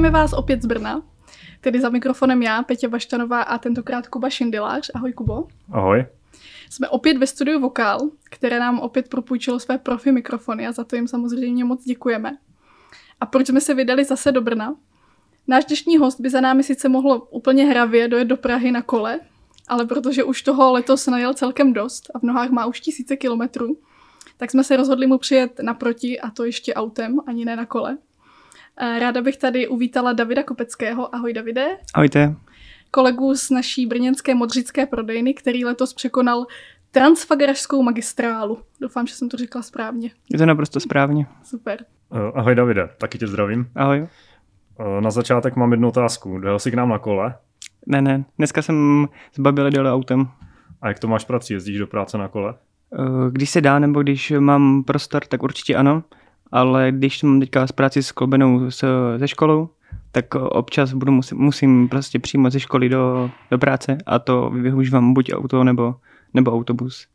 Zdravíme vás opět z Brna, tedy za mikrofonem já, Peťa Baštanová a tentokrát Kuba Šindelář. Ahoj, Kubo. Ahoj. Jsme opět ve studiu Vokál, které nám opět propůjčilo své profi mikrofony a za to jim samozřejmě moc děkujeme. A proč jsme se vydali zase do Brna? Náš dnešní host by za námi sice mohlo úplně hravě dojet do Prahy na kole, ale protože už toho letos najel celkem dost a v nohách má už 1000 kilometrů, tak jsme se rozhodli mu přijet naproti, a to ještě autem, ani ne na kole. Ráda bych tady uvítala Davida Kopeckého. Ahoj, Davide. Ahojte. Kolegu z naší brněnské modřické prodejny, který letos překonal Transfagarašskou magistrálu. Doufám, že jsem to řekla správně. Je to naprosto správně. Super. Ahoj, Davide, taky tě zdravím. Ahoj. Na začátek mám jednu otázku. Dojel jsi k nám na kole? Ne. Dneska jsem z Babily dole autem. A jak to máš prací? Jezdíš do práce na kole? Když se dá, nebo když mám prostor, tak určitě ano. Ale když mám teďka práci skloubenou se školou, tak občas musím prostě přímo ze školy do práce a to využívám buď auto nebo autobus.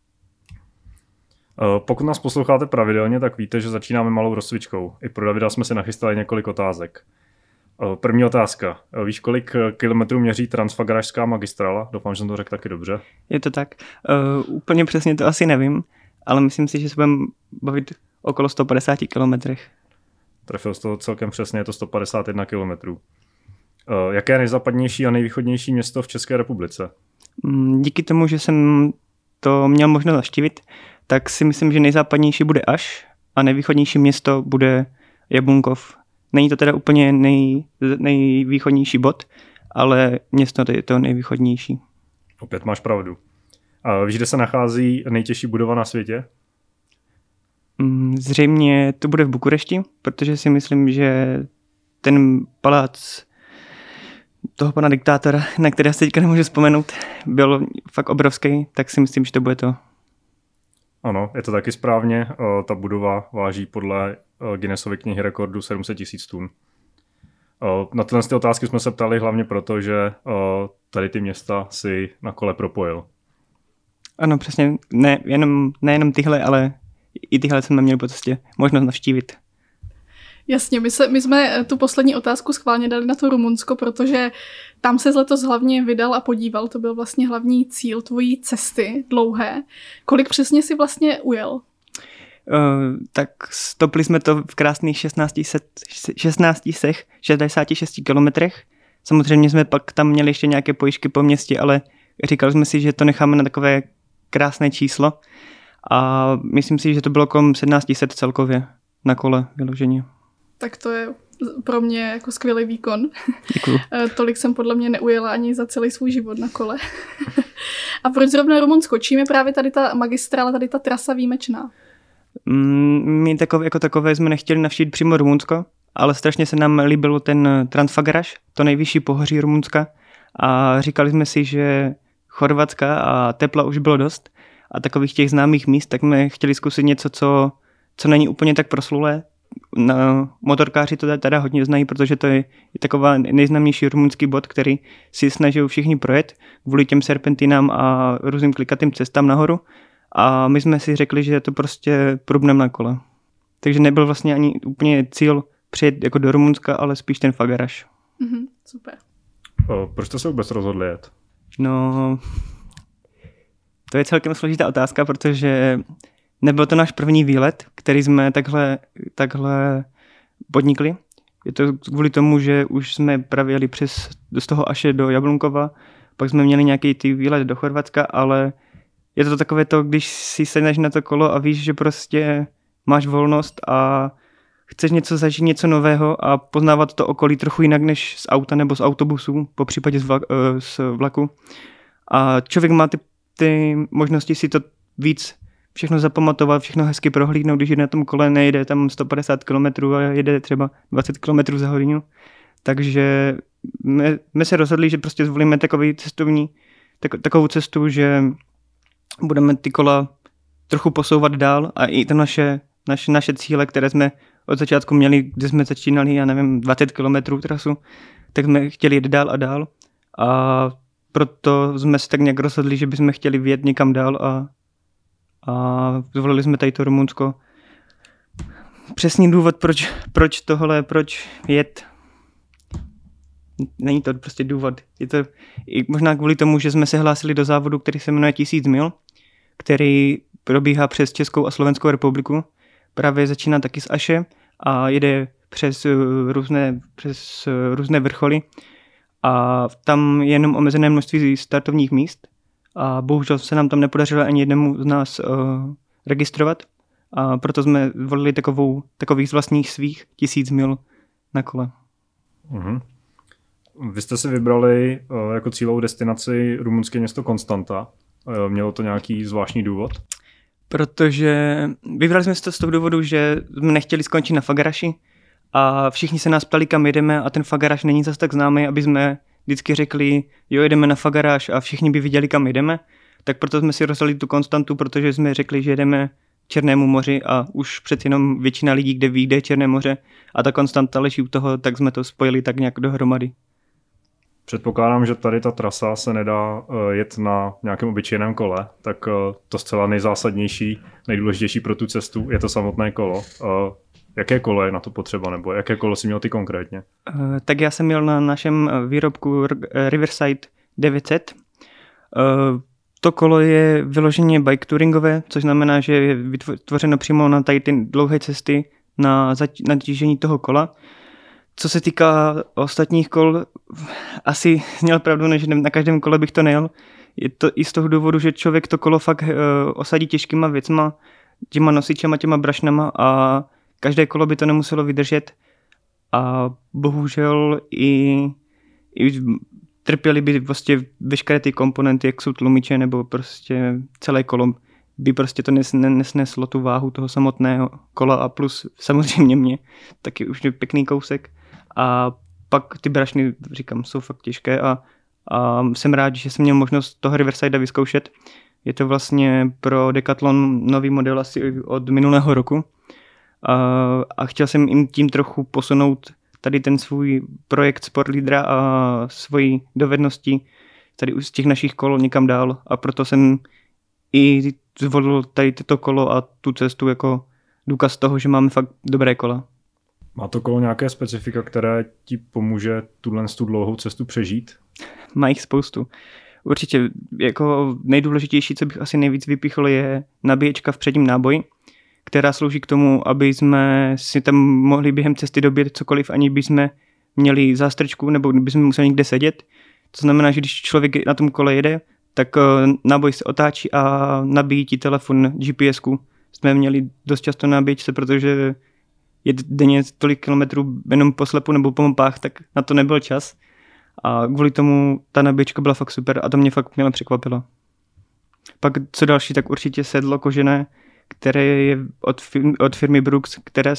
Pokud nás posloucháte pravidelně, tak víte, že začínáme malou rozcvičkou. I pro Davida jsme si nachystali několik otázek. První otázka. Víš, kolik kilometrů měří Transfagarašská magistrála? Doufám, že jsem to řekl taky dobře. Je to tak. Úplně přesně to asi nevím, ale myslím si, že se budeme bavit okolo 150 kilometrech. Trefil jsi to celkem přesně, je to 151 kilometrů. Jaké je nejzápadnější a nejvýchodnější město v České republice? Díky tomu, že jsem to měl možnost navštívit, tak si myslím, že nejzápadnější bude Aš a nejvýchodnější město bude Jablunkov. Není to teda úplně nejvýchodnější bod, ale město je to nejvýchodnější. Opět máš pravdu. A víš, kde se nachází nejtěžší budova na světě? Zřejmě to bude v Bukurešti, protože si myslím, že ten palác toho pana diktátora, na který se teďka nemůžu vzpomenout, byl fakt obrovský, tak si myslím, že to bude to. Ano, je to taky správně. Ta budova váží podle Guinnessovy knihy rekordů 700 000 tun. Na tyhle otázky jsme se ptali hlavně proto, že tady ty města si na kole propojil. Ano, přesně. Nejenom tyhle, ale i tyhle jsme měli po cestě možnost navštívit. Jasně, my jsme tu poslední otázku schválně dali na to Rumunsko, protože tam se letos hlavně vydal a podíval, to byl vlastně hlavní cíl tvojí cesty dlouhé. Kolik přesně si vlastně ujel? Tak stopli jsme to v krásných 66 kilometrech. Samozřejmě jsme pak tam měli ještě nějaké pojížďky po městě, ale říkali jsme si, že to necháme na takové krásné číslo. A myslím si, že to bylo kolem 1700 celkově na kole vyloženě. Tak to je pro mě jako skvělý výkon. Děkuju. Tolik jsem podle mě neujela ani za celý svůj život na kole. A proč zrovna Rumunsko? Čím je právě tady ta magistrála, tady ta trasa výjimečná? My jako takové jsme nechtěli navštívit přímo Rumunsko, ale strašně se nám líbilo ten Transfagaraš, to nejvyšší pohoří Rumunska. A říkali jsme si, že Chorvatska a tepla už bylo dost. A takových těch známých míst, tak jsme chtěli zkusit něco, co není úplně tak proslulé. Motorkáři to teda hodně znají, protože to je taková nejznámější rumunský bod, který si snaží všichni projet kvůli těm serpentinám a různým klikatým cestám nahoru. A my jsme si řekli, že to prostě průbneme na kole. Takže nebyl vlastně ani úplně cíl přijet jako do Rumunska, ale spíš ten Fagaraš. Super. Proč jste se vůbec rozhodli jet? No, to je celkem složitá otázka, protože nebyl to náš první výlet, který jsme takhle podnikli. Je to kvůli tomu, že už jsme právě jeli z toho Aše do Jablunkova, pak jsme měli nějaký ty výlet do Chorvatska, ale je to takové to, když si sedneš na to kolo a víš, že prostě máš volnost a chceš něco zažít, něco nového a poznávat to okolí trochu jinak než z auta nebo z autobusu, po případě z vlaku. A člověk má ty možnosti si to víc všechno zapamatovat, všechno hezky prohlídnout, když na tom kole nejde tam 150 km a jede třeba 20 km za hodinu. Takže my se rozhodli, že prostě zvolíme takovou cestu, že budeme ty kola trochu posouvat dál a i to naše cíle, které jsme od začátku měli, kde jsme začínali, 20 km trasu, tak jsme chtěli jít dál a dál. A proto jsme se tak nějak rozhodli, že bychom chtěli vyjet někam dál a zvolili jsme tady to Rumunsko. Přesný důvod, proč jet. Není to prostě důvod. Je to i možná kvůli tomu, že jsme se hlásili do závodu, který se jmenuje 1000 mil, který probíhá přes Českou a Slovenskou republiku. Právě začíná taky z Aše a jede přes různé vrcholy. A tam je jenom omezené množství startovních míst. A bohužel se nám tam nepodařilo ani jednomu z nás registrovat. A proto jsme volili takových z vlastních svých 1000 mil na kole. Mhm. Vy jste si vybrali jako cílovou destinaci rumunské město Konstanta. Mělo to nějaký zvláštní důvod? Protože vybrali jsme si to z toho důvodu, že jsme nechtěli skončit na Fagaraši a všichni se nás ptali, kam jedeme a ten Fagaraš není zas tak známý, aby jsme vždycky řekli, jo, jedeme na Fagaraš a všichni by viděli, kam jedeme. Tak proto jsme si rozhodli tu Konstantu, protože jsme řekli, že jedeme Černému moři a už přeci jenom většina lidí, kde ví, kde je Černé moře a ta Konstanta leží u toho, tak jsme to spojili tak nějak dohromady. Předpokládám, že tady ta trasa se nedá jet na nějakém obyčejném kole, tak to zcela nejzásadnější, nejdůležitější pro tu cestu je to samotné kolo. Jaké kolo je na to potřeba, nebo jaké kolo jsi měl ty konkrétně? Tak já jsem měl na našem výrobku Riverside 900. To kolo je vyloženě bike touringové, což znamená, že je vytvořeno přímo na tady ty dlouhé cesty na natížení toho kola. Co se týká ostatních kol, asi měl pravdu, než na každém kole bych to nejel. Je to i z toho důvodu, že člověk to kolo fakt osadí těžkýma věcma, těma nosičema, těma brašnama a každé kolo by to nemuselo vydržet. A bohužel i trpěli by prostě veškeré ty komponenty, jak jsou tlumiče nebo prostě celé kolo by prostě to nesneslo tu váhu toho samotného kola a plus samozřejmě mě taky už pěkný kousek. A pak ty brašny, říkám, jsou fakt těžké a jsem rád, že jsem měl možnost toho Riverside vyzkoušet. Je to vlastně pro Decathlon nový model asi od minulého roku a chtěl jsem jim tím trochu posunout tady ten svůj projekt Sport Leadera a svoji dovednosti tady už z těch našich kol někam dál a proto jsem i zvolil tady toto kolo a tu cestu jako důkaz toho, že máme fakt dobré kola. Má to kolo nějaké specifika, které ti pomůže tu dlouhou cestu přežít? Má jich spoustu. Určitě jako nejdůležitější, co bych asi nejvíc vypíchl, je nabíječka v předním náboji, která slouží k tomu, aby jsme si tam mohli během cesty dobít cokoliv, ani by jsme měli zástrčku nebo by jsme museli někde sedět. To znamená, že když člověk na tom kole jede, tak náboj se otáčí a nabíjí ti telefon GPS-ku. Jsme měli dost často na nabíječce, protože je denně tolik kilometrů jenom po slepu nebo po mapách, tak na to nebyl čas. A kvůli tomu ta nabíječka byla fakt super a to mě fakt milé překvapilo. Pak co další, tak určitě sedlo kožené, které je od firmy Brooks, které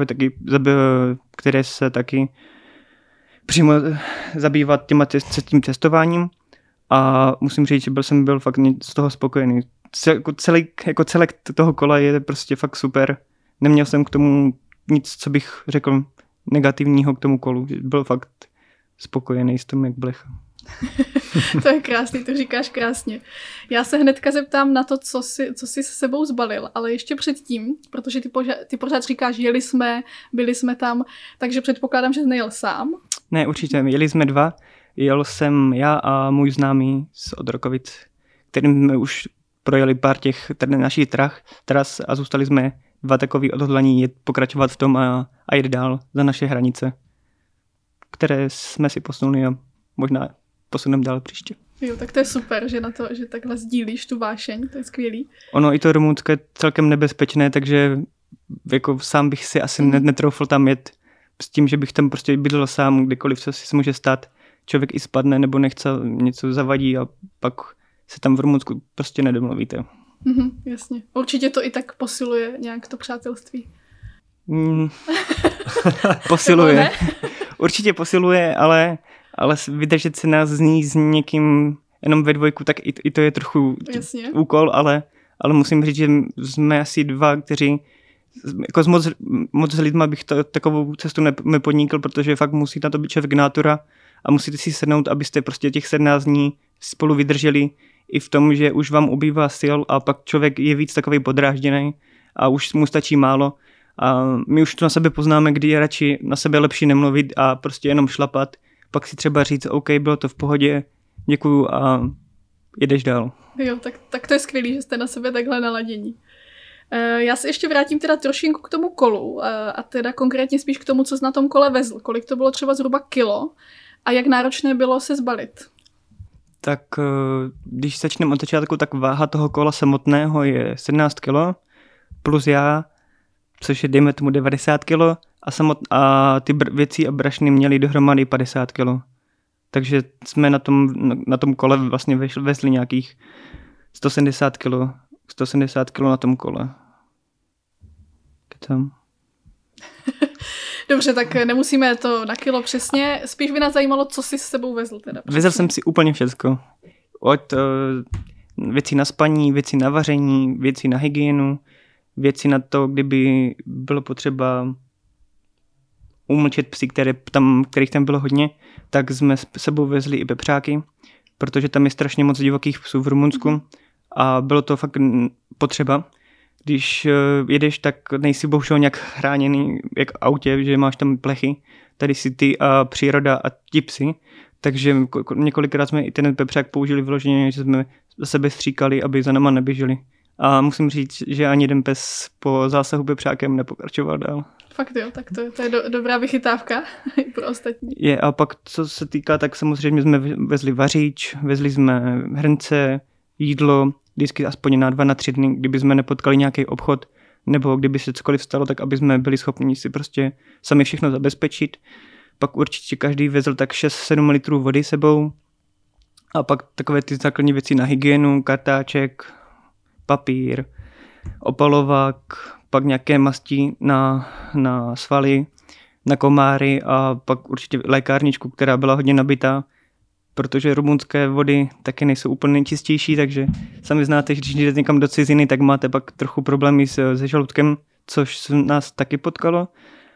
se taky přímo zabývá tím testováním a musím říct, že jsem byl fakt z toho spokojený. Celek toho kola je prostě fakt super. Neměl jsem k tomu nic, co bych řekl negativního k tomu kolu. Byl fakt spokojený s tom, jak blecha. To je krásný, to říkáš krásně. Já se hnedka zeptám na to, co jsi se sebou zbalil, ale ještě předtím, protože ty pořád říkáš, jeli jsme, byli jsme tam, takže předpokládám, že jsi nejel sám. Ne, určitě, jeli jsme dva. Jel jsem já a můj známý z Odrokovic, kterým jsme už projeli pár těch našich tras a zůstali jsme dva takový odhodlaní pokračovat v tom a jít dál za naše hranice, které jsme si posunuli a možná posuneme dál příště. Jo, tak to je super, že takhle sdílíš tu vášeň, to je skvělý. Ono i to Rumunsko je celkem nebezpečné, takže jako sám bych si asi netroufl tam jet s tím, že bych tam prostě bydlel sám, kdekoliv co si může stát. Člověk i spadne nebo nechce, něco zavadí a pak se tam v Rumunsku prostě nedomluvíte. Jasně. Určitě to i tak posiluje nějak to přátelství. Posiluje. Určitě posiluje, ale vydržet se nás zní s někým jenom ve dvojku, tak i to je trochu úkol, ale musím říct, že jsme asi dva, kteří jako moc s lidma bych takovou cestu nepodnikl, protože fakt musí na to být člověk nátura a musíte si sednout, abyste prostě těch 17 dní spolu vydrželi i v tom, že už vám ubývá sil a pak člověk je víc takový podrážděný a už mu stačí málo. A my už to na sebe poznáme, kdy je radši na sebe lepší nemluvit a prostě jenom šlapat, pak si třeba říct, OK, bylo to v pohodě, děkuju a jedeš dál. Jo, tak to je skvělý, že jste na sebe takhle naladění. Já se ještě vrátím teda trošinku k tomu kolu a teda konkrétně spíš k tomu, co jsi na tom kole vezl. Kolik to bylo třeba zhruba kilo a jak náročné bylo se zbalit? Tak když začneme od začátku, tak váha toho kola samotného je 17 kg plus já, což je dejme tomu 90 kg a ty věci a brašny měly dohromady 50 kg. Takže jsme na tom kole vlastně vezli nějakých 170 kg na tom kole. Kecam. Dobře, tak nemusíme to na kilo přesně. Spíš by nás zajímalo, co jsi s sebou vezl. Teda vezl jsem si úplně všecko. Od věcí na spaní, věcí na vaření, věcí na hygienu, věci na to, kdyby bylo potřeba umlčet psy, kterých tam bylo hodně, tak jsme s sebou vezli i pepřáky, protože tam je strašně moc divokých psů v Rumunsku a bylo to fakt potřeba. Když jedeš, tak nejsi bohužel nějak chráněný jak v autě, že máš tam plechy, tady si ty a příroda a ti psy, takže několikrát jsme i ten pepřák použili vyloženě, že jsme za sebe stříkali, aby za náma neběželi. A musím říct, že ani jeden pes po zásahu pepřákem nepokračoval dál. Fakt jo, tak to je dobrá vychytávka i pro ostatní. Je, a pak co se týká, tak samozřejmě jsme vezli vařič, vezli jsme hrnce, jídlo, vždycky aspoň na 2 na 3 dny, kdyby jsme nepotkali nějaký obchod, nebo kdyby se cokoliv stalo, tak aby jsme byli schopni si prostě sami všechno zabezpečit. Pak určitě každý vezl tak 6-7 litrů vody sebou a pak takové ty základní věci na hygienu, kartáček, papír, opalovák, pak nějaké masti na svaly, na komáry a pak určitě lékárničku, která byla hodně nabitá, protože rumunské vody taky nejsou úplně nejčistější, takže sami znáte, že když jdete někam do ciziny, tak máte pak trochu problémy se žaludkem, což nás taky potkalo.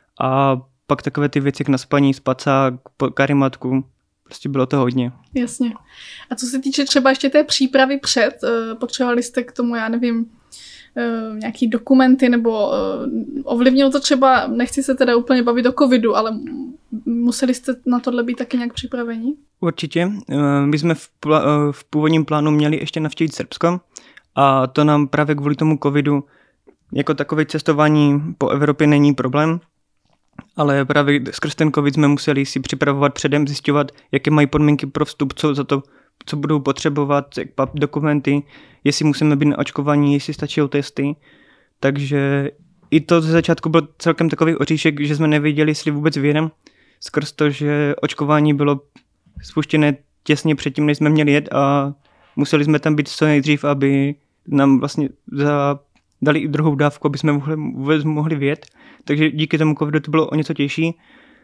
A pak takové ty věci jak na spaní, spacák, karimatku, prostě bylo to hodně. Jasně. A co se týče třeba ještě té přípravy před, potřebovali jste k tomu, já nevím, nějaký dokumenty, nebo ovlivnilo to třeba, nechci se teda úplně bavit o covidu, ale museli jste na tohle být taky nějak připraveni? Určitě. My jsme v původním plánu měli ještě navštívit Srbsko a to nám právě kvůli tomu covidu jako takové cestování po Evropě není problém, ale právě skrz ten covid jsme museli si připravovat předem, zjišťovat, jaké mají podmínky pro vstup, co budou potřebovat, dokumenty, jestli musíme být na očkování, jestli stačí testy. Takže i to ze začátku byl celkem takový oříšek, že jsme nevěděli, jestli vůbec vyjedeme, skrz to, že očkování bylo spuštěné těsně předtím, než jsme měli jet a museli jsme tam být co nejdřív, aby nám vlastně dali i druhou dávku, aby jsme vůbec mohli vyjet. Takže díky tomu covidu to bylo o něco těžší,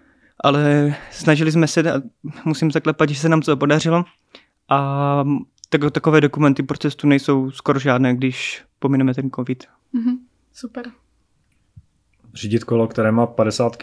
ale snažili jsme se a musím zaklepat, že se nám to podařilo. A takové dokumenty pro cestu nejsou skoro žádné, když pomineme ten covid. Super. Řídit kolo, které má 50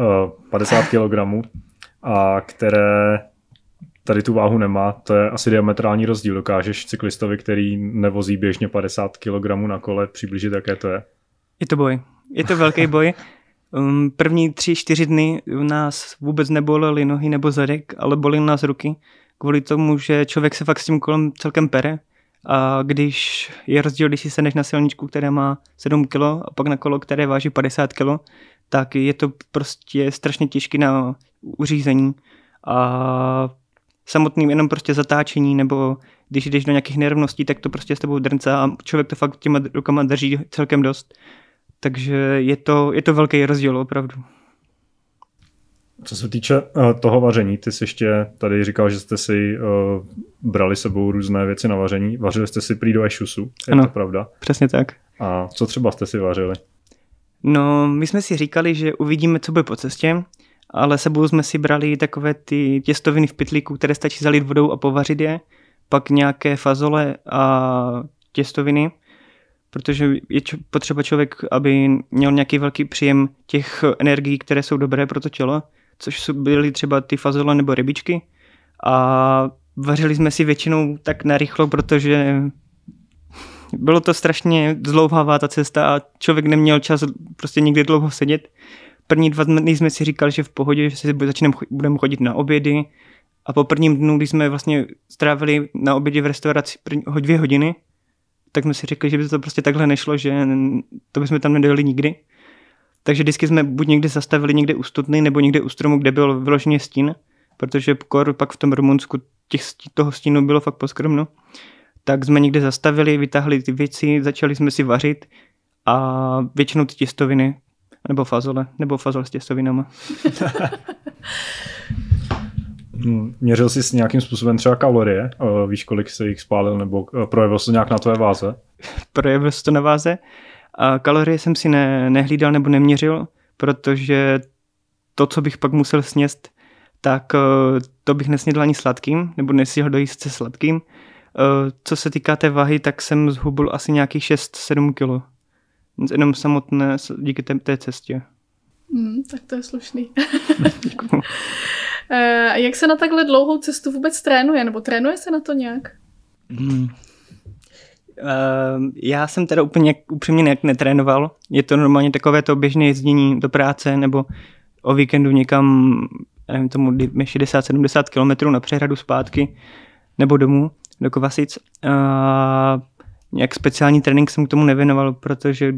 kg a které tady tu váhu nemá, to je asi diametrální rozdíl. Dokážeš cyklistovi, který nevozí běžně 50 kg na kole, přiblížit, jaké to je? Je to boj. Je to velký boj. První 3-4 dny nás vůbec nebolely nohy nebo zadek, ale bolely nás ruky. Kvůli tomu, že člověk se fakt s tím kolem celkem pere a když je rozdíl, když si sedneš na silničku, která má 7 kg a pak na kolo, které váží 50 kg, tak je to prostě strašně těžké na uřízení a samotným jenom prostě zatáčení nebo když jdeš do nějakých nerovností, tak to prostě s tebou drncá a člověk to fakt těma rukama drží celkem dost. Takže je to velký rozdíl opravdu. Co se týče toho vaření, ty jsi ještě tady říkal, že jste si brali sebou různé věci na vaření. Vařili jste si prý do ešusu, je ano, to pravda? Přesně tak. A co třeba jste si vařili? No, my jsme si říkali, že uvidíme, co bude po cestě, ale sebou jsme si brali takové ty těstoviny v pytlíku, které stačí zalít vodou a povařit je, pak nějaké fazole a těstoviny, protože je potřeba člověk, aby měl nějaký velký příjem těch energií, které jsou dobré pro to tělo, což byly třeba ty fazole nebo rybičky a vařili jsme si většinou tak narychlo, protože bylo to strašně zdlouhavá ta cesta a člověk neměl čas prostě nikdy dlouho sedět, první 2 dny jsme si říkali, že v pohodě, že si budeme chodit na obědy a po prvním dnu, když jsme vlastně strávili na obědě v restauraci 2 hodiny, tak jsme si řekli, že by to prostě takhle nešlo, že to bychom tam nedojeli nikdy. Takže vždycky jsme buď někde zastavili někde u studny nebo někde u stromu, kde byl vyloženě stín, protože pak v tom Rumunsku toho stínu bylo fakt poskromno. Tak jsme někde zastavili, vytáhli ty věci, začali jsme si vařit a většinou ty těstoviny, nebo fazole s těstovinama. Měřil jsi s nějakým způsobem třeba kalorie? Víš, kolik jsi jich spálil, nebo projevil se nějak na tvé váze? Projevil se to na váze. A kalorie jsem si nehlídal nebo neměřil, protože to, co bych pak musel sněst, tak to bych nesnědl ani sladkým, nebo nestihl dojíst se sladkým. Co se týká té váhy, tak jsem zhubl asi nějakých 6-7 kilo. Jenom samotné díky té cestě. Tak to je slušný. Jak se na takhle dlouhou cestu vůbec trénuje? Nebo trénuje se na to nějak? Já jsem teda úplně upřímně nějak netrénoval. Je to normálně takové to běžné jezdění do práce nebo o víkendu někam, nevím tomu, 60-70 kilometrů na přehradu zpátky nebo domů do Kovačic. Nějak speciální trénink jsem k tomu nevěnoval, protože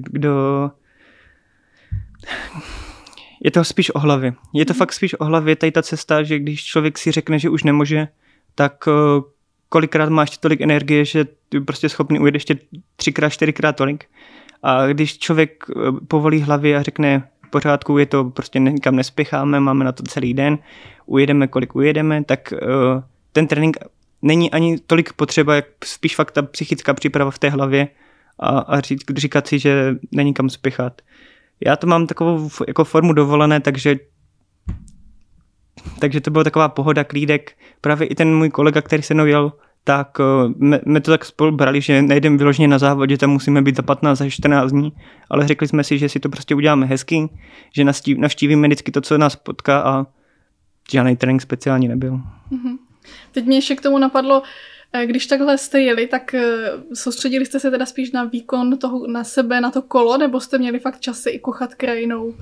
je to spíš o hlavě. Je to fakt spíš o hlavě, tady ta cesta, že když člověk si řekne, že už nemůže, tak kolikrát má ještě tolik energie, že je prostě schopný ujet ještě 3x, 4x tolik. A když člověk povolí hlavě a řekne v pořádku, je to prostě nikam nespěcháme, máme na to celý den, ujedeme, kolik ujedeme, tak ten trénink není ani tolik potřeba, jak spíš fakt ta psychická příprava v té hlavě a říkat si, že není kam spěchat. Já to mám takovou jako formu dovolené, takže to byla taková pohoda, klídek. Právě i ten můj kolega, který se mnou jel, tak my to tak spolu brali, že nejdeme vyloženě na závodě, tam musíme být za 15 až 14 dní, ale řekli jsme si, že si to prostě uděláme hezky, že navštívíme vždycky to, co nás potká a žádný trénink speciální nebyl. Mm-hmm. Teď mě ještě k tomu napadlo, když takhle jste jeli, tak soustředili jste se teda spíš na výkon toho, na sebe, na to kolo, nebo jste měli fakt časy i kochat krajinou?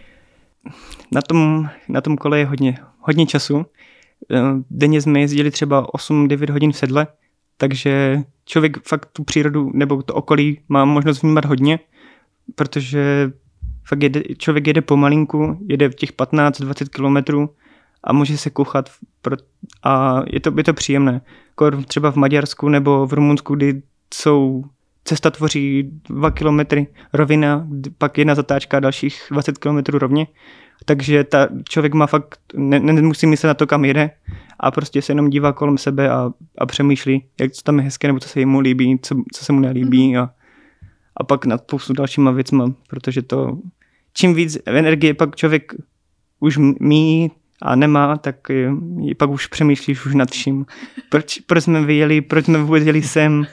Na tom kole je hodně času. Denně jsme jezdili třeba 8-9 hodin v sedle, takže člověk fakt tu přírodu nebo to okolí má možnost vnímat hodně, protože fakt člověk jede pomalinku, jede v těch 15-20 kilometrů a může se kouchat a je to příjemné. Třeba v Maďarsku nebo v Rumunsku, kdy cesta tvoří 2 kilometry rovina, pak jedna zatáčka a dalších 20 kilometrů rovně. Takže člověk má fakt, nemusí myslet na to, kam jede a prostě se jenom dívá kolem sebe a přemýšlí, co tam je hezké, nebo co se jemu líbí, co se mu nelíbí a pak nad spoustu dalšíma věcma, protože to, čím víc energie pak člověk už míjí a nemá, tak pak už přemýšlíš už nad vším. Proč jsme vyjeli, proč jsme vůbec jeli sem,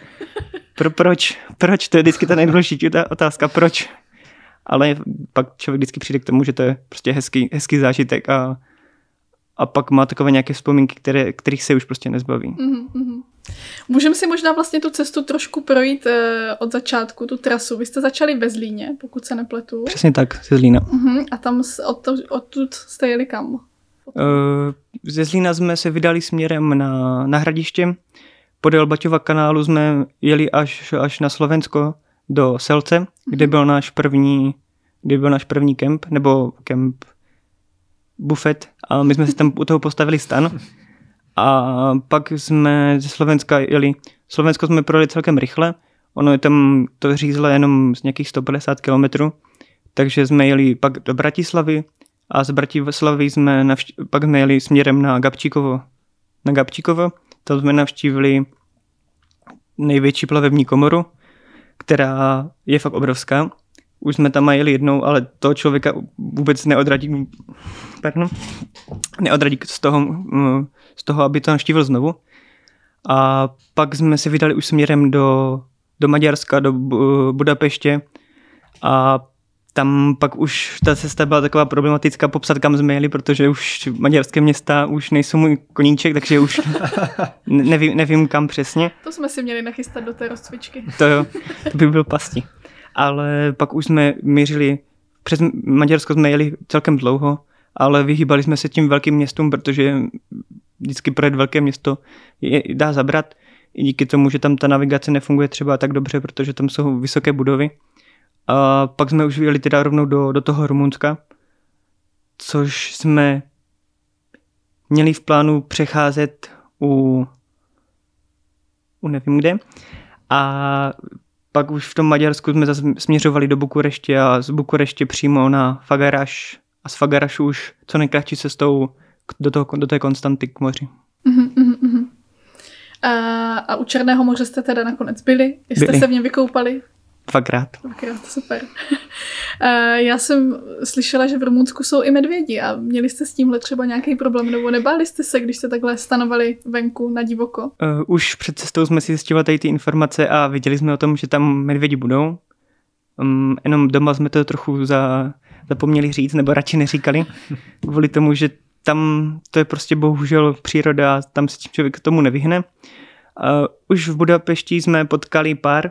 proč, to je vždycky ta nejdůležitější otázka, proč. Ale pak člověk vždycky přijde k tomu, že to je prostě hezký zážitek a pak má takové nějaké vzpomínky, kterých se už prostě nezbaví. Mm-hmm. Můžeme si možná vlastně tu cestu trošku projít od začátku, tu trasu. Vy jste začali ve Zlíně, pokud se nepletu. Přesně tak, ze Zlína. A tam odtud jste jeli kam? Ze Zlína jsme se vydali směrem na Hradiště. Podél Baťova kanálu jsme jeli až na Slovensko do Selce, kde byl náš první kemp, nebo kemp bufet a my jsme si tam u toho postavili stan a pak jsme ze Slovenska jeli. Slovensko jsme projeli celkem rychle, ono je tam to řízle jenom z nějakých 150 kilometrů, takže jsme jeli pak do Bratislavy a z Bratislavy pak jsme jeli směrem na Gabčíkovo, tam jsme navštívili největší plavební komoru, která je fakt obrovská. Už jsme tam jeli jednou, ale to člověka vůbec neodradí z toho, aby to navštívil znovu. A pak jsme se vydali už směrem do Maďarska, do Budapeště a tam pak už ta cesta byla taková problematická popsat, kam jsme jeli, protože už maďarské města už nejsou můj koníček, takže už nevím kam přesně. To jsme si měli nachystat do té rozcvičky. To jo, to by byl pasti. Ale pak už jsme mířili přes Maďarsko jsme jeli celkem dlouho, ale vyhýbali jsme se tím velkým městům, protože vždycky projet velké město dá zabrat. I díky tomu, že tam ta navigace nefunguje třeba tak dobře, protože tam jsou vysoké budovy. A pak jsme už jeli teda rovnou do toho Rumunska, což jsme měli v plánu přecházet u nevím kde. A pak už v tom Maďarsku jsme zase směřovali do Bukureště a z Bukureště přímo na Fagaraš a z Fagarašu už co nejkratší cestou do té Konstanty k moři. A u Černého moře jste teda nakonec byli? Jste se v něm vykoupali? Dvakrát, super. Já jsem slyšela, že v Rumunsku jsou i medvědi a měli jste s tímhle třeba nějaký problém, nebo nebáli jste se, když jste takhle stanovali venku na divoko? Už před cestou jsme si zjistili tady ty informace a věděli jsme o tom, že tam medvědi budou. Jenom doma jsme to trochu zapomněli říct, nebo radši neříkali, kvůli tomu, že tam to je prostě bohužel příroda a tam se člověk k tomu nevyhne. Už v Budapešti jsme potkali pár,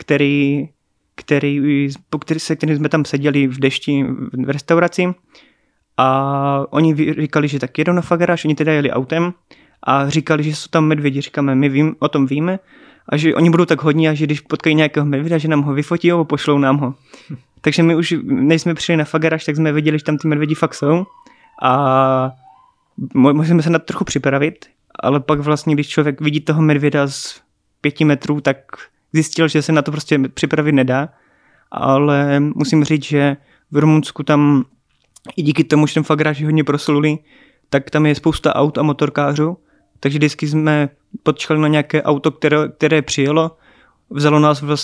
se kterým jsme tam seděli v dešti v restauraci a oni říkali, že tak jedou na Fagaraš, oni teda jeli autem a říkali, že jsou tam medvědi. Říkáme, my o tom víme a že oni budou tak hodní a že když potkají nějakého medvěda, že nám ho vyfotí a pošlou nám ho. Takže my už, než jsme přišli na Fagaraš, tak jsme věděli, že tam ty medvědi fakt jsou a musíme se na to trochu připravit, ale pak vlastně, když člověk vidí toho medvěda z 5 metrů, tak zjistil, že se na to prostě připravit nedá, ale musím říct, že v Rumunsku tam i díky tomu, že ten Fagaraš je hodně proslulý, tak tam je spousta aut a motorkářů, takže vždycky jsme počkali na nějaké auto, které přijelo, vzalo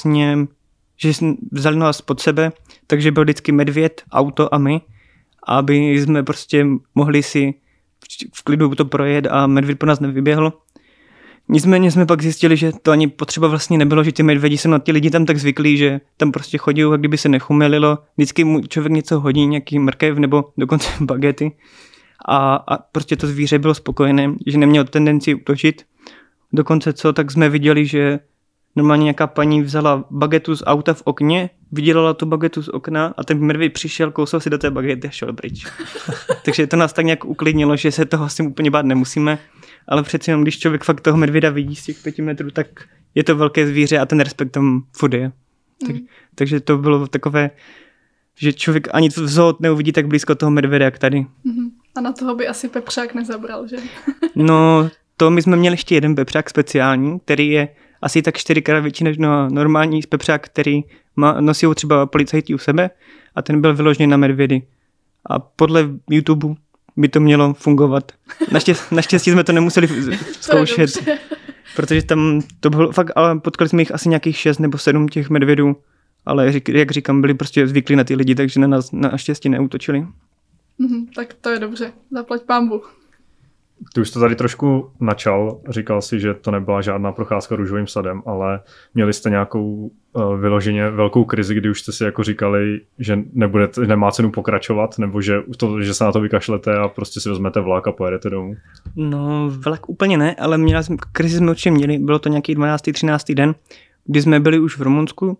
nás pod sebe, takže byl vždycky medvěd, auto a my, aby jsme prostě mohli si v klidu to projet a medvěd po nás nevyběhl. Nicméně jsme pak zjistili, že to ani potřeba vlastně nebylo, že ty medvědi jsou na ty lidi tam tak zvyklí, že tam prostě chodí, jak kdyby se nechumelilo. Vždycky mu člověk něco hodí, nějaký mrkev nebo dokonce bagety. A prostě to zvíře bylo spokojené, že nemělo tendenci útočit. Dokonce tak jsme viděli, že normálně nějaká paní vzala bagetu z auta v okně, vydělala tu bagetu z okna a ten medvěd přišel, kousal si do té bagety a šel pryč. Takže to nás tak nějak uklidnilo, že se toho asi úplně bát nemusíme. Ale přeci jenom, když člověk fakt toho medvěda vidí z těch 5 metrů, tak je to velké zvíře a ten respekt tam furt je. Takže to bylo takové, že člověk ani v zoo neuvidí tak blízko toho medvěda, jak tady. A na toho by asi pepřák nezabral, že? No, to my jsme měli ještě jeden pepřák speciální, který je asi tak 4krát větší než normální pepřák, který nosí třeba policajti u sebe a ten byl vyložený na medvědy. A podle YouTube by to mělo fungovat. Naštěstí jsme to nemuseli zkoušet, protože tam to bylo fakt, ale potkali jsme jich asi nějakých 6 nebo 7 těch medvědů, ale jak říkám, byli prostě zvyklí na ty lidi, takže na nás naštěstí neútočili. Tak to je dobře, zaplať pánbu. Ty už to tady trošku načal, říkal si, že to nebyla žádná procházka růžovým sadem, ale měli jste nějakou vyloženě velkou krizi, kdy už jste si jako říkali, že nemá cenu pokračovat, nebo že se na to vykašlete a prostě si vezmete vlak a pojedete domů? No, vlak úplně ne, ale krizi jsme určitě měli, bylo to nějaký 12. 13. den, kdy jsme byli už v Rumunsku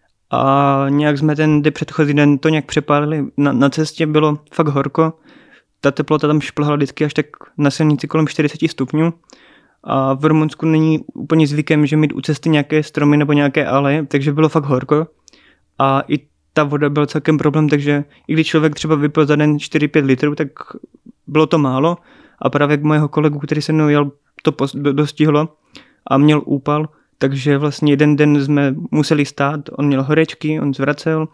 a nějak jsme ten předchozí den to nějak přepálili. Na cestě bylo fakt horko. Ta teplota tam šplhala vždycky až tak na silnici kolem 40 stupňů a v Rumunsku není úplně zvykem, že mít u cesty nějaké stromy nebo nějaké aleje, takže bylo fakt horko a i ta voda byl celkem problém, takže i když člověk třeba vypil za den 4-5 litrů, tak bylo to málo a právě k mého kolegu, který se mnou jel, to dostihlo a měl úpal, takže vlastně jeden den jsme museli stát, on měl horečky, on zvracel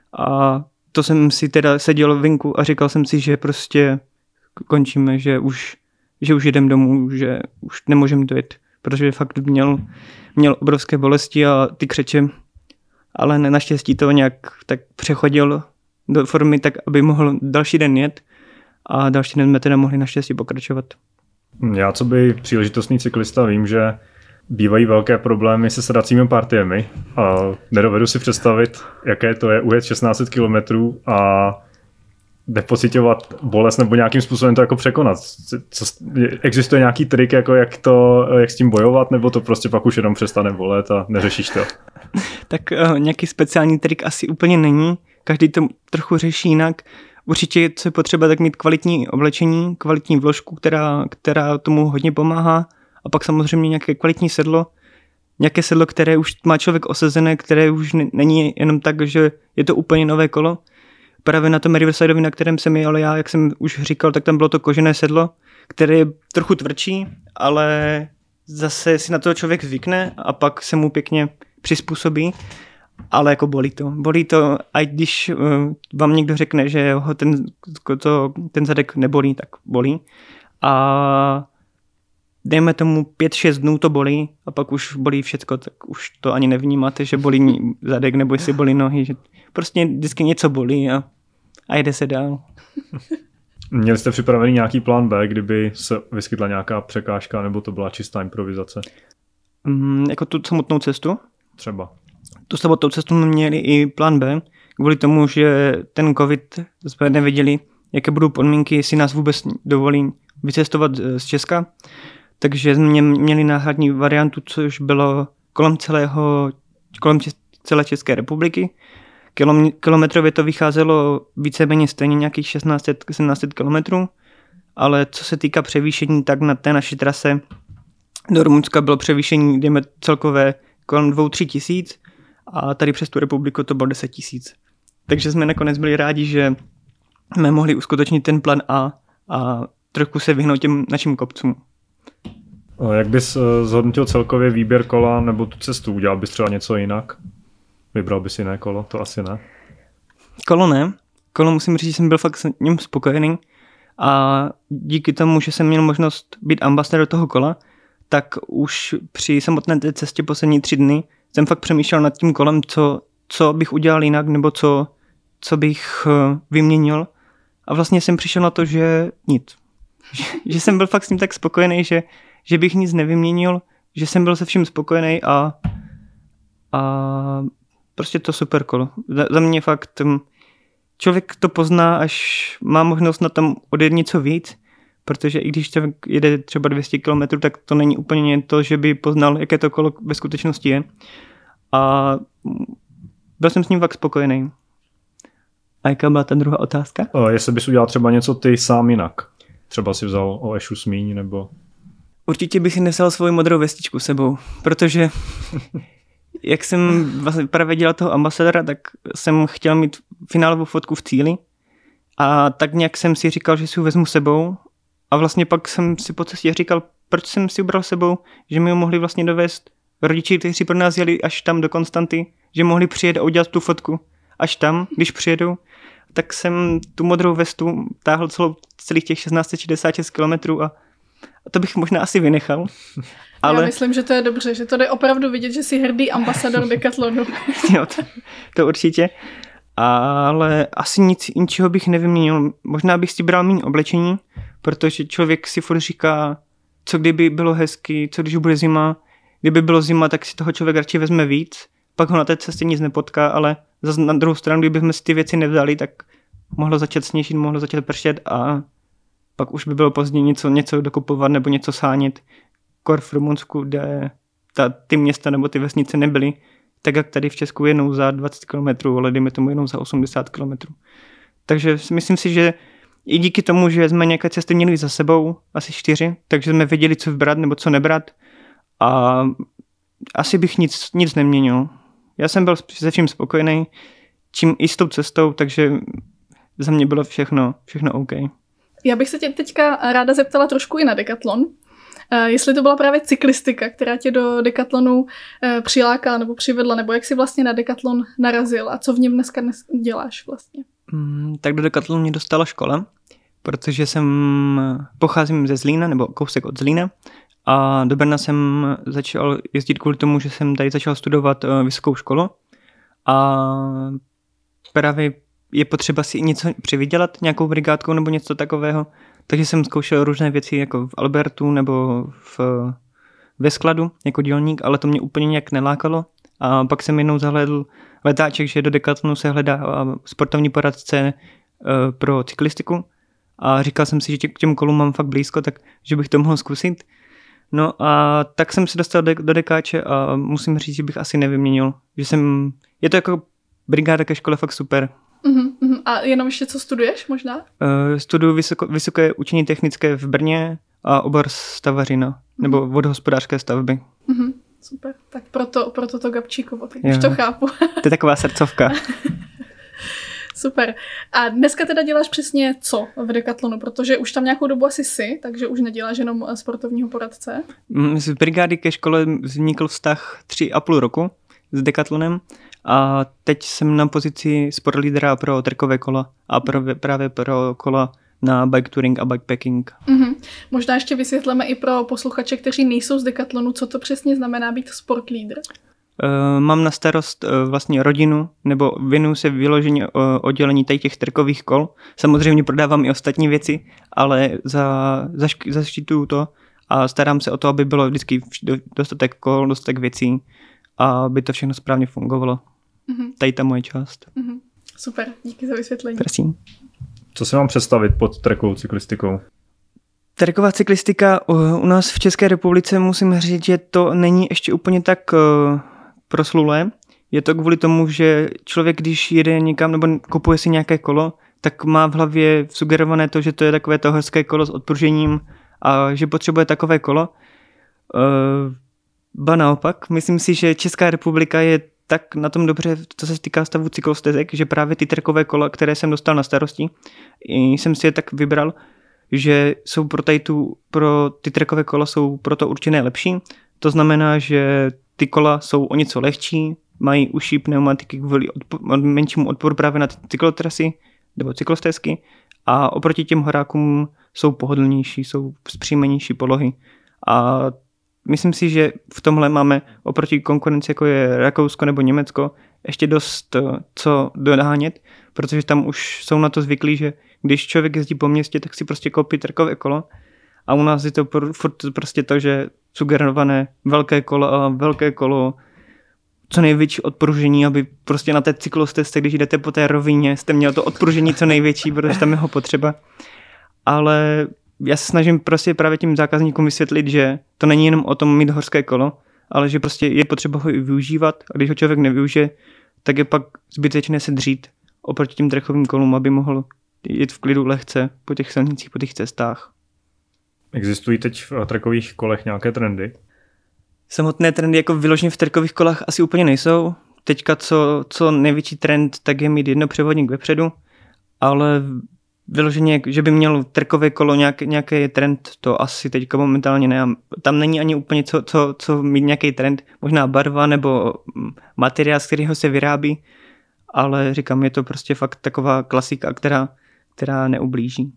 a to jsem si teda seděl venku a říkal jsem si, že prostě končíme, že už jedem domů, že už nemůžeme dojet, protože fakt měl obrovské bolesti a ty křeče, ale naštěstí to nějak tak přechodil do formy tak, aby mohl další den jet a další den jsme teda mohli naštěstí pokračovat. Já co by příležitostný cyklista vím, že bývají velké problémy se sedacími partiemi a nedovedu si představit, jaké to je ujet 1600 kilometrů a nepociťovat bolest nebo nějakým způsobem to jako překonat. Existuje nějaký trik, jako jak s tím bojovat, nebo to prostě pak už jenom přestane bolet a neřešíš to? Tak nějaký speciální trik asi úplně není. každý to trochu řeší jinak. Určitě, co je potřeba, tak mít kvalitní oblečení, kvalitní vložku, která tomu hodně pomáhá, a pak samozřejmě nějaké kvalitní sedlo, nějaké sedlo, které už má člověk osezené, které už není jenom tak, že je to úplně nové kolo. Právě na tom Riversideovi, na kterém jsem jel já, jak jsem už říkal, tak tam bylo to kožené sedlo, které je trochu tvrdší, ale zase si na to člověk zvykne a pak se mu pěkně přizpůsobí, ale jako bolí to, a když vám někdo řekne, že ho ten zadek nebolí, tak bolí, a dejme tomu 5-6 dnů to bolí a pak už bolí všecko, tak už to ani nevnímáte, že bolí zadek nebo jestli bolí nohy, že prostě vždycky něco bolí a jde se dál. Měli jste připravený nějaký plán B, kdyby se vyskytla nějaká překážka, nebo to byla čistá improvizace? Jako tu samotnou cestu? Třeba. Tu samotnou cestu jsme měli i plán B, kvůli tomu, že ten covid jsme nevěděli, jaké budou podmínky, jestli nás vůbec dovolí vycestovat z Česka. Takže jsme měli náhradní variantu, což bylo kolem celé České republiky. Kilometrově to vycházelo víceméně stejně nějakých 1600-1700 kilometrů, ale co se týká převýšení, tak na té naší trase do Rumunska bylo převýšení, dejme celkové kolem 2-3 tisíc, a tady přes tu republiku to bylo 10 tisíc. Takže jsme nakonec byli rádi, že jsme mohli uskutečnit ten plán a trochu se vyhnout těm našim kopcům. Jak bys zhodnotil celkově výběr kola nebo tu cestu? Udělal bys třeba něco jinak? Vybral bys jiné kolo? To asi ne. Kolo ne. Kolo musím říct, že jsem byl fakt s ním spokojený, a díky tomu, že jsem měl možnost být ambasador toho kola, tak už při samotné té cestě poslední 3 dny jsem fakt přemýšlel nad tím kolem, co bych udělal jinak, nebo co bych vyměnil. A vlastně jsem přišel na to, že nic. Že jsem byl fakt s ním tak spokojený, že bych nic nevyměnil, že jsem byl se vším spokojený a prostě to super kolo. Za mě fakt člověk to pozná, až má možnost na tom odjet něco víc, protože i když člověk jede třeba 200 km, tak to není úplně to, že by poznal, jaké to kolo ve skutečnosti je. A byl jsem s ním fakt spokojený. A jaká byla ta druhá otázka? Jestli bys udělal třeba něco ty sám jinak. Třeba si vzal o Ešu smíň, nebo... Určitě bych si nesel svoji modrou vestičku sebou, protože jak jsem vlastně právě dělal toho ambasadora, tak jsem chtěl mít finálovou fotku v cíli, a tak nějak jsem si říkal, že si ji vezmu sebou, a vlastně pak jsem si po cestě říkal, proč jsem si ubral sebou, že mi ho mohli vlastně dovést rodiči, kteří pro nás jeli až tam do Konstanty, že mohli přijet a udělat tu fotku až tam, když přijedou. Tak jsem tu modrou vestu táhl celých těch 1666 kilometrů a to bych možná asi vynechal. Ale... Já myslím, že to je dobře, že to jde opravdu vidět, že jsi hrdý ambasador Decathlonu. Jo, to určitě. Ale asi nic ničeho bych nevyměnil. Možná bych si bral méně oblečení, protože člověk si furt říká, co kdyby bylo hezky, co když bude zima. Kdyby bylo zima, tak si toho člověk radši vezme víc, pak ho na té cestě nic nepotká, ale zase na druhou stranu, kdybychom si ty věci nevzali, tak mohlo začít sněžit, mohlo začít pršet a pak už by bylo pozdě něco dokupovat nebo něco shánět. Kor v Rumunsku, kde ty města nebo ty vesnice nebyly, tak jak tady v Česku jednou za 20 km, ale dejme tomu jednou za 80 km. Takže myslím si, že i díky tomu, že jsme nějaké cesty měli za sebou, asi 4, takže jsme věděli, co vybrat nebo co nebrat, a asi bych nic neměnil. Já jsem byl se vším spokojený, čím i s tou cestou, takže za mě bylo všechno OK. Já bych se tě teďka ráda zeptala trošku i na Decathlon. Jestli to byla právě cyklistika, která tě do Decathlonu přilákala nebo přivedla, nebo jak jsi vlastně na Decathlon narazil a co v něm dneska děláš vlastně? Tak do Decathlonu mě dostala škola, protože pocházím ze Zlína, nebo kousek od Zlína, a do Brna jsem začal jezdit kvůli tomu, že jsem tady začal studovat vysokou školu a právě je potřeba si něco přivydělat, nějakou brigádkou nebo něco takového, takže jsem zkoušel různé věci jako v Albertu nebo ve skladu jako dělník, ale to mě úplně nějak nelákalo, a pak jsem jednou zahlédl letáček, že do Decathlonu se hledá sportovní poradce pro cyklistiku, a říkal jsem si, že k těm kolům mám fakt blízko, tak že bych to mohl zkusit. No a tak jsem se dostal do Dekáče a musím říct, že bych asi nevyměnil. Je to jako brigáda ke škole fakt super. A jenom ještě co studuješ možná? Studuju vysoké učení technické v Brně a obor stavařina, nebo vodohospodářské stavby. Super, tak proto to Gabčíkovo, tak už to chápu. To je taková srdcovka. Super. A dneska teda děláš přesně co v Decathlonu, protože už tam nějakou dobu asi jsi, takže už neděláš jenom sportovního poradce? Z brigády ke škole vznikl vztah 3,5 roku s Decathlonem a teď jsem na pozici sportlídera pro trkové kola a právě pro kola na bike touring a bikepacking. Možná ještě vysvětleme i pro posluchače, kteří nejsou z Decathlonu, co to přesně znamená být sportlídr. Mám na starost vlastně rodinu, nebo věnuju se vyloženě oddělení těch trkových kol. Samozřejmě prodávám i ostatní věci, ale zaštiťuju to a starám se o to, aby bylo vždycky dostatek kol, dostatek věcí a aby to všechno správně fungovalo. Tady ta moje část. Super, díky za vysvětlení. Prosím. Co si mám představit pod trackovou cyklistikou? Tracková cyklistika u nás v České republice, musím říct, že to není ještě úplně tak proslulé. Je to kvůli tomu, že člověk, když jede někam nebo kupuje si nějaké kolo, tak má v hlavě sugerované to, že to je takové to horské kolo s odpružením a že potřebuje takové kolo. Ba naopak, myslím si, že Česká republika je tak na tom dobře, co se týká stavu cyklostezek, že právě ty trkové kola, které jsem dostal na starosti, jsem si je tak vybral, že jsou pro ty trkové kola jsou proto určené lepší. To znamená, že ty kola jsou o něco lehčí, mají užší pneumatiky kvůli menšímu odporu právě na ty cyklotrasy nebo cyklostezky a oproti těm horákům jsou pohodlnější, jsou zpříjmenější polohy. A myslím si, že v tomhle máme oproti konkurenci, jako je Rakousko nebo Německo, ještě dost co dohánět, protože tam už jsou na to zvyklí, že když člověk jezdí po městě, tak si prostě koupí trkové kolo a u nás je to furt prostě to, že sugerované velké kolo, co největší odpružení, aby prostě na té cyklostezce, když jdete po té rovině, jste měl to odpružení co největší, protože tam je ho potřeba. Ale já se snažím prostě právě tím zákazníkům vysvětlit, že to není jenom o tom mít horské kolo, ale že prostě je potřeba ho i využívat a když ho člověk nevyužije, tak je pak zbytečné se dřít oproti těm trackovým kolům, aby mohl jít v klidu lehce po těch silnicích, po těch cestách. Existují teď v trackových kolech nějaké trendy? Samotné trendy jako vyloženě v trackových kolách asi úplně nejsou. Teďka co největší trend, tak je mít jednopřevodník vepředu, ale vyloženě, že by měl trkové kolo nějaký trend, to asi teďka momentálně ne. Tam není ani úplně co mít nějaký trend, možná barva nebo materiál, z kterého se vyrábí, ale říkám, je to prostě fakt taková klasika, která neublíží.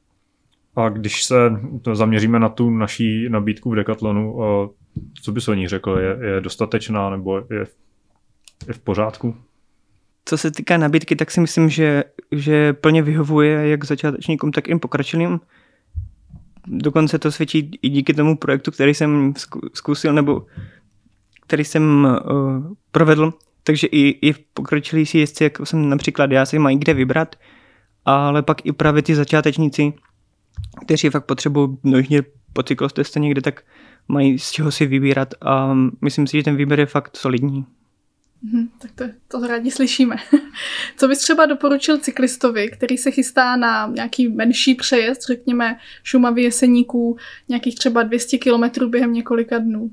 A když se zaměříme na tu naší nabídku v Decathlonu, co bys o ní řekl? Je dostatečná nebo je v pořádku? Co se týká nabídky, tak si myslím, že plně vyhovuje jak začátečníkům, tak i pokročilým. Dokonce to svědčí i díky tomu projektu, který jsem zkusil nebo který jsem provedl. Takže i pokročilí si jezdci, jako jsem například já, si mají kde vybrat, ale pak i právě ty začátečníci, kteří fakt potřebují dojíždět po cyklostezce někde, tak mají z čeho si vybírat a myslím si, že ten výběr je fakt solidní. Tak to rádi slyšíme. Co bys třeba doporučil cyklistovi, který se chystá na nějaký menší přejezd, řekněme Šumavy, Jeseníků, nějakých třeba 200 kilometrů během několika dnů?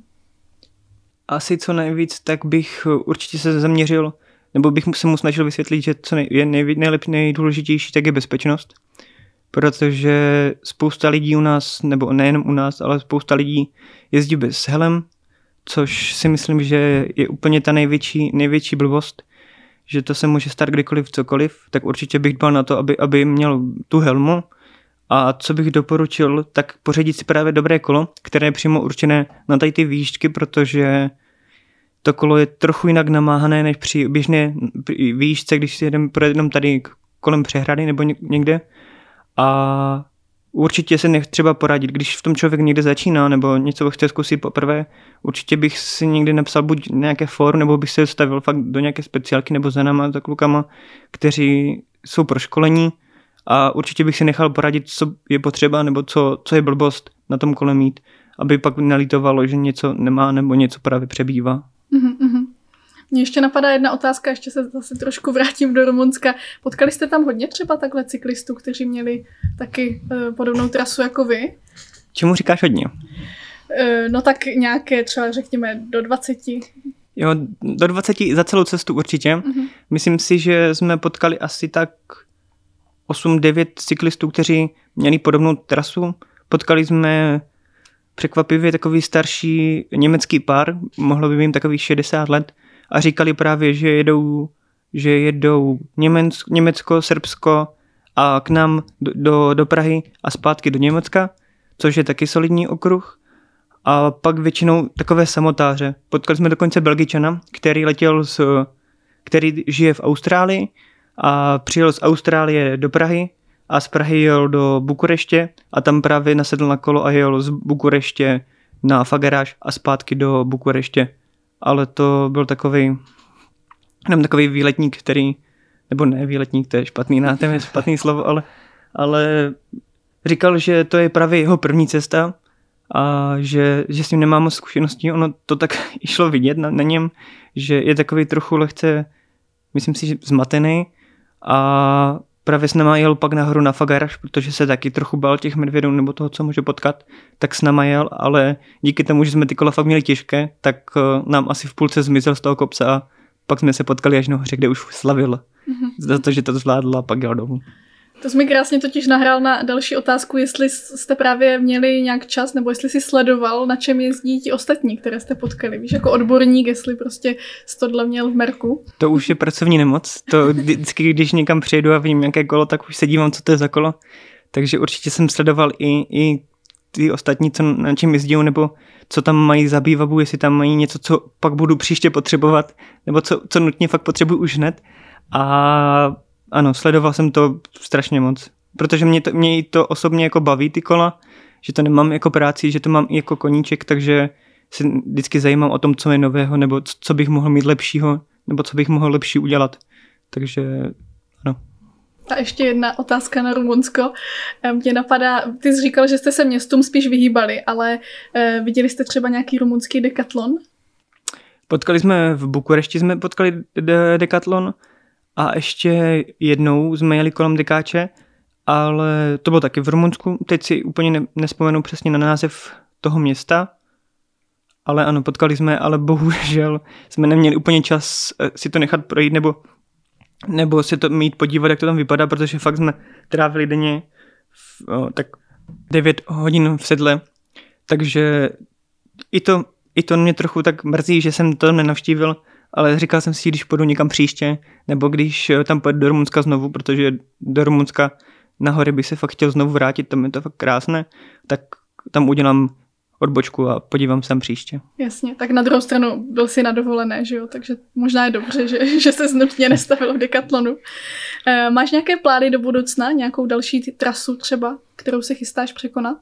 Asi co nejvíc, tak bych určitě se zaměřil, nebo bych se mu snažil vysvětlit, že co je nejdůležitější, tak je bezpečnost. Protože spousta lidí u nás, nebo nejenom u nás, ale spousta lidí jezdí bez helem, což si myslím, že je úplně ta největší blbost, že to se může stát kdykoliv, cokoliv, tak určitě bych dbal na to, aby měl tu helmu. A co bych doporučil, tak pořídit si právě dobré kolo, které je přímo určené na tady ty výjížďky, protože to kolo je trochu jinak namáhané než při běžné výjížďce, když si projedeme tady kolem přehrady nebo někde. A určitě se třeba poradit, když v tom člověk někde začíná nebo něco chce zkusit poprvé, určitě bych si někdy napsal buď nějaké fórum, nebo bych se stavil fakt do nějaké speciálky nebo za náma, za klukama, kteří jsou proškolení a určitě bych si nechal poradit, co je potřeba nebo co je blbost na tom kole mít, aby pak nelitovalo, že něco nemá nebo něco právě přebývá. Mně ještě napadá jedna otázka, ještě se zase trošku vrátím do Rumunska. Potkali jste tam hodně třeba takhle cyklistů, kteří měli taky podobnou trasu jako vy? Čemu říkáš hodně? No tak nějaké třeba řekněme do 20. Jo, do 20 za celou cestu určitě. Myslím si, že jsme potkali asi tak 8-9 cyklistů, kteří měli podobnou trasu. Potkali jsme překvapivě takový starší německý pár, mohlo by jim takových 60 let, a říkali právě, že jedou Německo, Srbsko a k nám do Prahy a zpátky do Německa, což je taky solidní okruh. A pak většinou takové samotáře. Potkali jsme dokonce Belgičana, který žije v Austrálii a přijel z Austrálie do Prahy a z Prahy jel do Bukureště a tam právě nasedl na kolo a jel z Bukureště na Fagaráž a zpátky do Bukureště. Ale to byl takový výletník, nebo ne výletník, to je špatný slovo, ale říkal, že to je právě jeho první cesta a že s ním nemá moc zkušeností. Ono to tak i šlo vidět na něm, že je takový trochu lehce, myslím si, že zmatený, a právě s náma jel pak nahoru na Fagaráž, protože se taky trochu bál těch medvědů nebo toho, co může potkat, tak s náma jel, ale díky tomu, že jsme ty kola fakt měli těžké, tak nám asi v půlce zmizel z toho kopce a pak jsme se potkali až nahoře, kde už slavil za to, že to zvládl, a pak jel domů. To jsi mi krásně totiž nahrál na další otázku, jestli jste právě měli nějak čas, nebo jestli jsi sledoval, na čem jezdí ti ostatní, které jste potkali. Víš, jako odborník, jestli prostě jsi tohle měl v merku. To už je pracovní nemoc. To vždycky, když někam přijedu a vidím nějaké kolo, tak už se dívám, co to je za kolo. Takže určitě jsem sledoval i ty ostatní, na čem jezdí, nebo co tam mají za výbavu, jestli tam mají něco, co pak budu příště potřebovat, nebo co nutně fakt potřebuji už hned. A ano, sledoval jsem to strašně moc, protože mě to osobně jako baví ty kola, že to nemám jako práci, že to mám i jako koníček, takže se vždycky zajímám o tom, co je nového, nebo co bych mohl mít lepšího, nebo co bych mohl lepší udělat. Takže ano. A ještě jedna otázka na Rumunsko. Mě napadá, ty jsi říkal, že jste se městům spíš vyhýbali, ale viděli jste třeba nějaký rumunský Decathlon? V Bukurešti jsme potkali Decathlon a ještě jednou jsme jeli kolem Dekáče, ale to bylo taky v Rumunsku. Teď si úplně nespomenu přesně na název toho města, ale ano, potkali jsme, ale bohužel jsme neměli úplně čas si to nechat projít, nebo si to mít podívat, jak to tam vypadá, protože fakt jsme trávili denně tak 9 hodin v sedle, takže i to mě trochu tak mrzí, že jsem to nenavštívil, ale říkal jsem si, když půjdu někam příště, nebo když tam pojedu do Rumunska znovu, protože do Rumunska nahoře bych se fakt chtěl znovu vrátit, tam je to fakt krásné, tak tam udělám odbočku a podívám se tam příště. Jasně, tak na druhou stranu byl jsi na dovolené, že jo, takže možná je dobře, že se nutně nestavil v Decathlonu. Máš nějaké plány do budoucna, nějakou další trasu třeba, kterou se chystáš překonat?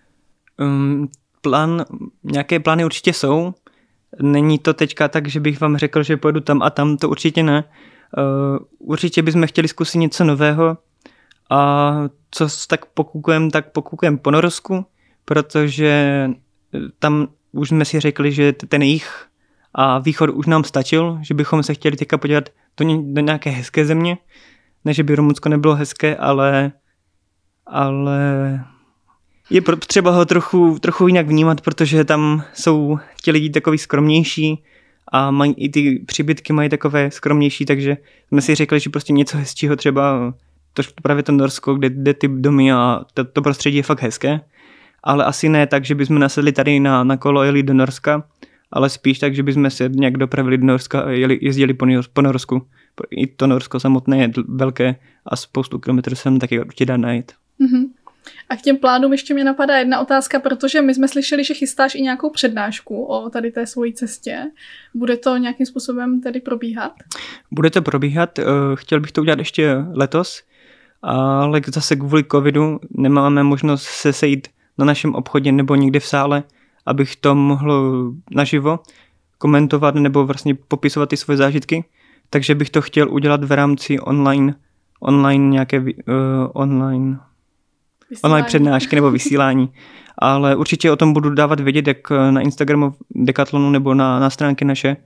Nějaké plány určitě jsou. Není to teďka tak, že bych vám řekl, že pojedu tam a tam, to určitě ne. Určitě bychom chtěli zkusit něco nového a co tak pokukujeme po Norsku, protože tam už jsme si řekli, že ten jih a východ už nám stačil, že bychom se chtěli teďka podívat do nějaké hezké země. Ne, že by Rumunsko nebylo hezké, ale je třeba ho trochu jinak vnímat, protože tam jsou ti lidi takový skromnější a mají i ty příbytky mají takové skromnější, takže jsme si řekli, že prostě něco hezčího, třeba právě to Norsko, kde ty domy a to prostředí je fakt hezké, ale asi ne tak, že bychom nasedli tady na kolo a jeli do Norska, ale spíš tak, že bychom se nějak dopravili do Norska a jezdili po Norsku. I to Norsko samotné je velké a spoustu kilometrů se tam taky určitě dá najít. Mm-hmm. A k těm plánům ještě mě napadá jedna otázka, protože my jsme slyšeli, že chystáš i nějakou přednášku o tady té svojí cestě. Bude to nějakým způsobem tedy probíhat? Bude to probíhat, chtěl bych to udělat ještě letos, ale zase kvůli covidu nemáme možnost se sejít na našem obchodě nebo někde v sále, abych to mohl naživo komentovat nebo vlastně popisovat ty svoje zážitky, takže bych to chtěl udělat v rámci online nějaké online přednášky nebo vysílání. Ale určitě o tom budu dávat vědět, jak na Instagramu Decathlonu nebo na stránky naše.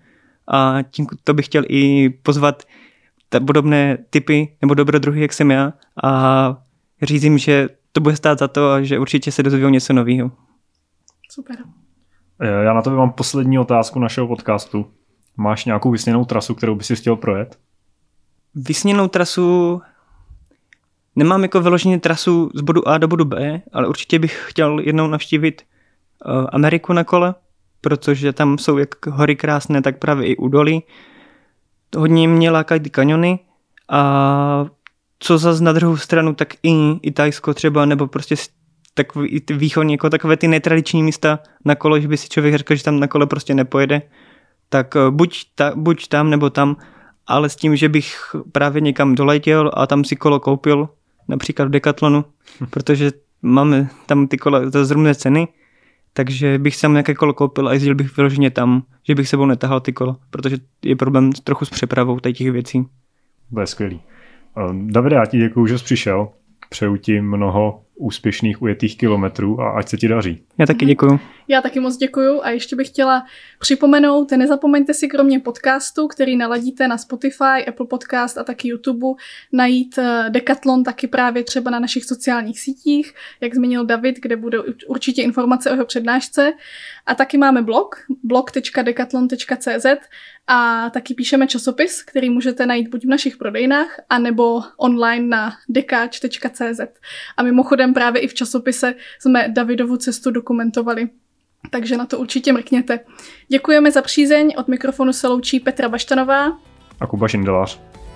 a tím to bych chtěl i pozvat podobné typy nebo dobrodruhy, jak jsem já, a říct jim, že to bude stát za to a že určitě se dozvědou něco nového. Super. Já na to mám poslední otázku našeho podcastu. Máš nějakou vysněnou trasu, kterou by si chtěl projet? Vysněnou trasu nemám jako vyloženě trasu z bodu A do bodu B, ale určitě bych chtěl jednou navštívit Ameriku na kole, protože tam jsou jak hory krásné, tak právě i údolí. Hodně mě lákají ty kaniony a co zas na druhou stranu, tak i Thajsko třeba, nebo prostě takový i ty východní, jako takové ty netradiční místa na kole, že by si člověk řekl, že tam na kole prostě nepojede, tak buď tam nebo tam, ale s tím, že bych právě někam doletěl a tam si kolo koupil, například v Decathlonu, protože máme tam ty kola za zrovna ceny, takže bych sam nějaké kolo koupil a jezdil bych vyloženě tam, že bych sebou netahal ty kolo, protože je problém trochu s přepravou těch věcí. To je skvělý. Davide, já ti děkuju, že jsi přišel. Přeju ti mnoho úspěšných ujetých kilometrů a ať se ti daří. Já taky děkuju. Já taky moc děkuju a ještě bych chtěla připomenout, nezapomeňte si kromě podcastu, který naladíte na Spotify, Apple Podcast a taky YouTube, najít Decathlon taky právě třeba na našich sociálních sítích, jak zmínil David, kde budou určitě informace o jeho přednášce. A taky máme blog.decathlon.cz a taky píšeme časopis, který můžete najít buď v našich prodejnách, anebo online na dekáč.cz. A mimochodem právě i v časopise jsme Davidovu cestu dokumentovali. Takže na to určitě mrkněte. Děkujeme za přízeň, od mikrofonu se loučí Petra Baštanová a Kuba Šindelář.